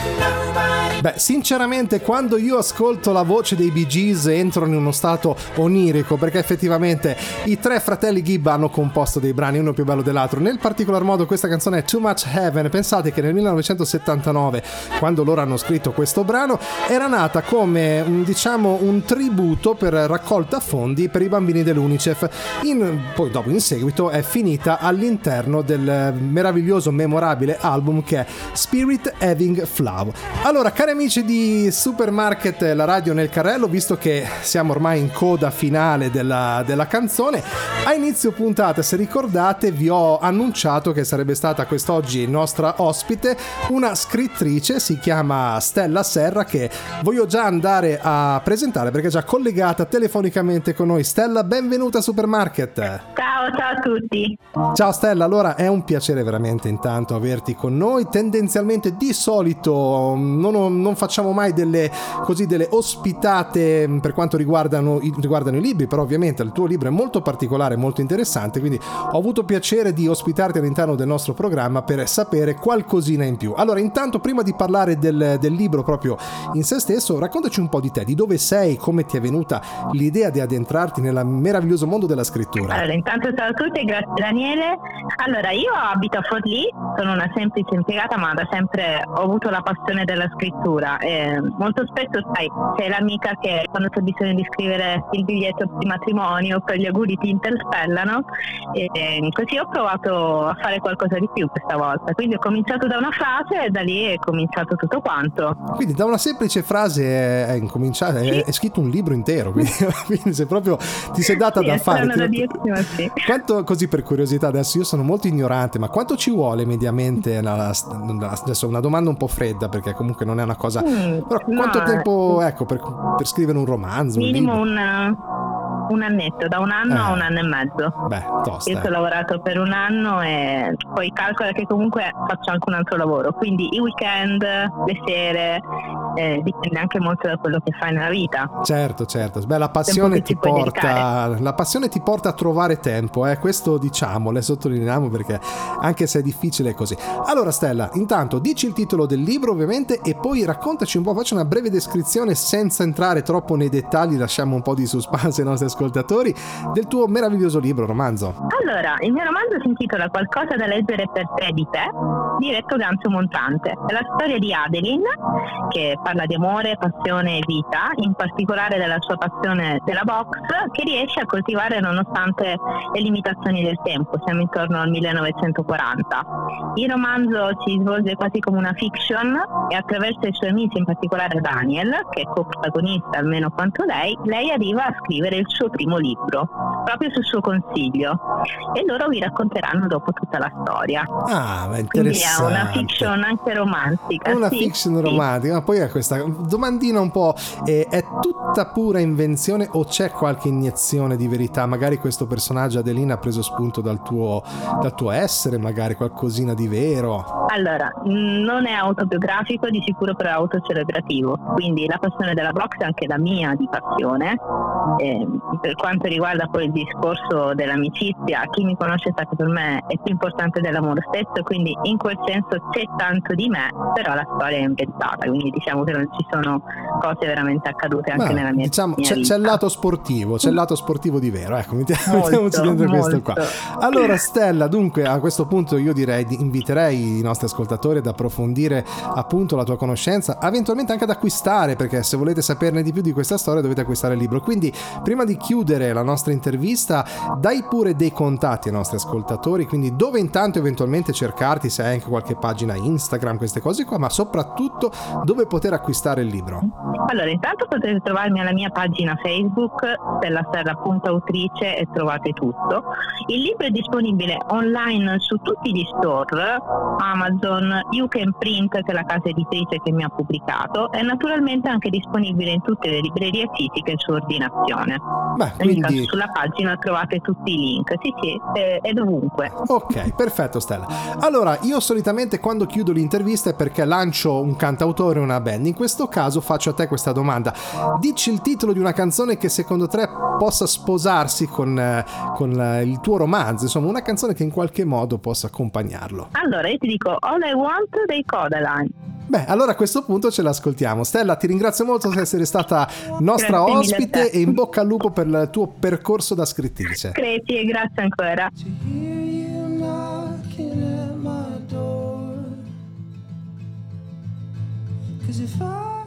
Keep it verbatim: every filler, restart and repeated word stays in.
Beh, sinceramente quando io ascolto la voce dei Bee Gees entro in uno stato onirico, perché effettivamente i tre fratelli Gibb hanno composto dei brani, uno più bello dell'altro. Nel particolar modo questa canzone è Too Much Heaven. Pensate che nel millenovecentosettantanove, quando loro hanno scritto questo brano, era nata come un, diciamo un tributo per raccolta fondi per i bambini dell'UNICEF. In, poi dopo in seguito è finita all'interno del meraviglioso, memorabile album che è Spirit Having Flow. Allora, cari amici di Supermarket, la radio nel carrello, visto che siamo ormai in coda finale della, della canzone, a inizio puntata, se ricordate, vi ho annunciato che sarebbe stata quest'oggi nostra ospite una scrittrice, si chiama Stella Serra, che voglio già andare a presentare perché è già collegata telefonicamente con noi. Stella, benvenuta a Supermarket. Ciao, ciao a tutti. Ciao Stella, allora è un piacere veramente intanto averti con noi. Tendenzialmente di solito non, non facciamo mai delle così delle ospitate per quanto riguardano, riguardano i libri, però ovviamente il tuo libro è molto particolare, molto interessante, quindi ho avuto piacere di ospitarti all'interno del nostro programma per sapere qualcosina in più. Allora, intanto, prima di parlare del, del libro proprio in se stesso, raccontaci un po' di te, di dove sei, come ti è venuta l'idea di addentrarti nel meraviglioso mondo della scrittura. Allora, intanto ciao a tutti e grazie Daniele. Allora, io abito a Forlì, sono una semplice impiegata, ma da sempre ho avuto la passione della scrittura. E molto spesso, sai, sei l'amica che quando c'è bisogno di scrivere il biglietto di matrimonio per gli auguri ti interpellano, e così ho provato a fare qualcosa di più questa volta. Quindi ho cominciato da una frase e da lì è cominciato tutto quanto. Quindi da una semplice frase è incominciato, sì. è, è scritto un libro intero, quindi, quindi se proprio ti sei data sì, da fare. Da Dio, sì. Quanto, così per curiosità, adesso io sono molto ignorante, ma quanto ci vuole mediamente, una, adesso una domanda un po' fredda perché comunque non è una cosa, mm, però quanto no, tempo ecco per, per scrivere un romanzo? Minimo un, un, un annetto, da un anno eh. a un anno e mezzo. Beh, tosta. Io ci ho lavorato per un anno e poi calcola che comunque faccio anche un altro lavoro, quindi i weekend, le sere, eh, dipende anche molto da quello che fai nella vita. Certo, certo. Beh, la passione ti porta, la passione ti porta a trovare tempo, eh? Questo diciamo, le sottolineiamo perché anche se è difficile è così. Allora Stella, intanto dici il titolo del libro ovviamente e poi raccontaci un po', facci una breve descrizione senza entrare troppo nei dettagli, lasciamo un po' di suspense ai nostri ascoltatori, del tuo meraviglioso libro, romanzo. Allora, il mio romanzo si intitola Qualcosa da leggere per te di te, di Retto Ganzo Montante. È la storia di Adeline, che parla di amore, passione e vita, in particolare della sua passione della box, che riesce a coltivare nonostante le limitazioni del tempo. Siamo intorno al millenovecentoquaranta. Il romanzo si svolge quasi come una fiction e attraverso i suoi amici, in particolare Daniel, che è co-protagonista almeno quanto lei, lei arriva a scrivere il suo primo libro, proprio sul suo consiglio, e loro vi racconteranno dopo tutta la storia. Ah, ma interessante. Quindi è una fiction anche romantica. È una sì, fiction sì. romantica, ma poi è questa domandina un po', eh, è tutta pura invenzione o c'è qualche iniezione di verità? Magari questo personaggio Adelina ha preso spunto dal tuo, dal tuo essere, magari qualcosina di vero? Allora, non è autobiografico, di sicuro però è autocelebrativo, quindi la passione della box è anche la mia di passione. Eh, per quanto riguarda poi il discorso dell'amicizia, chi mi conosce sa che per me è più importante dell'amore stesso, quindi in quel senso c'è tanto di me, però la storia è inventata, quindi diciamo che non ci sono cose veramente accadute anche Ma, nella mia, diciamo, mia c'è, vita. C'è il lato sportivo, c'è il lato sportivo di vero, ecco, mettiamoci dentro questo qua. Allora Stella, dunque a questo punto io direi di inviterei i nostri ascoltatori ad approfondire appunto la tua conoscenza, eventualmente anche ad acquistare, perché se volete saperne di più di questa storia dovete acquistare il libro. Quindi prima di chiudere la nostra intervista dai pure dei contatti ai nostri ascoltatori, quindi dove intanto eventualmente cercarti, se hai anche qualche pagina Instagram, queste cose qua, ma soprattutto dove poter acquistare il libro. Allora, intanto potete trovarmi alla mia pagina Facebook stellaserra.autrice e trovate tutto. Il libro è disponibile online su tutti gli store, Amazon, You Can Print, che è la casa editrice che mi ha pubblicato, e naturalmente anche disponibile in tutte le librerie fisiche su ordinazione. Beh, quindi sulla pagina trovate tutti i link, sì sì, è, è dovunque. Ok, perfetto Stella. Allora, io solitamente quando chiudo l'intervista è perché lancio un cantautore o una band. In questo caso faccio a te questa domanda: dici il titolo di una canzone che secondo te possa sposarsi con, eh, con eh, il tuo romanzo, insomma una canzone che in qualche modo possa accompagnarlo. Allora io ti dico All I Want dei Codaline. Beh, allora a questo punto ce l'ascoltiamo. Stella, ti ringrazio molto per essere stata nostra Grazie mille a ospite te. e in bocca al lupo per il tuo percorso da scrittrice. Grazie, grazie ancora. To hear you knocking at my door. 'Cause if I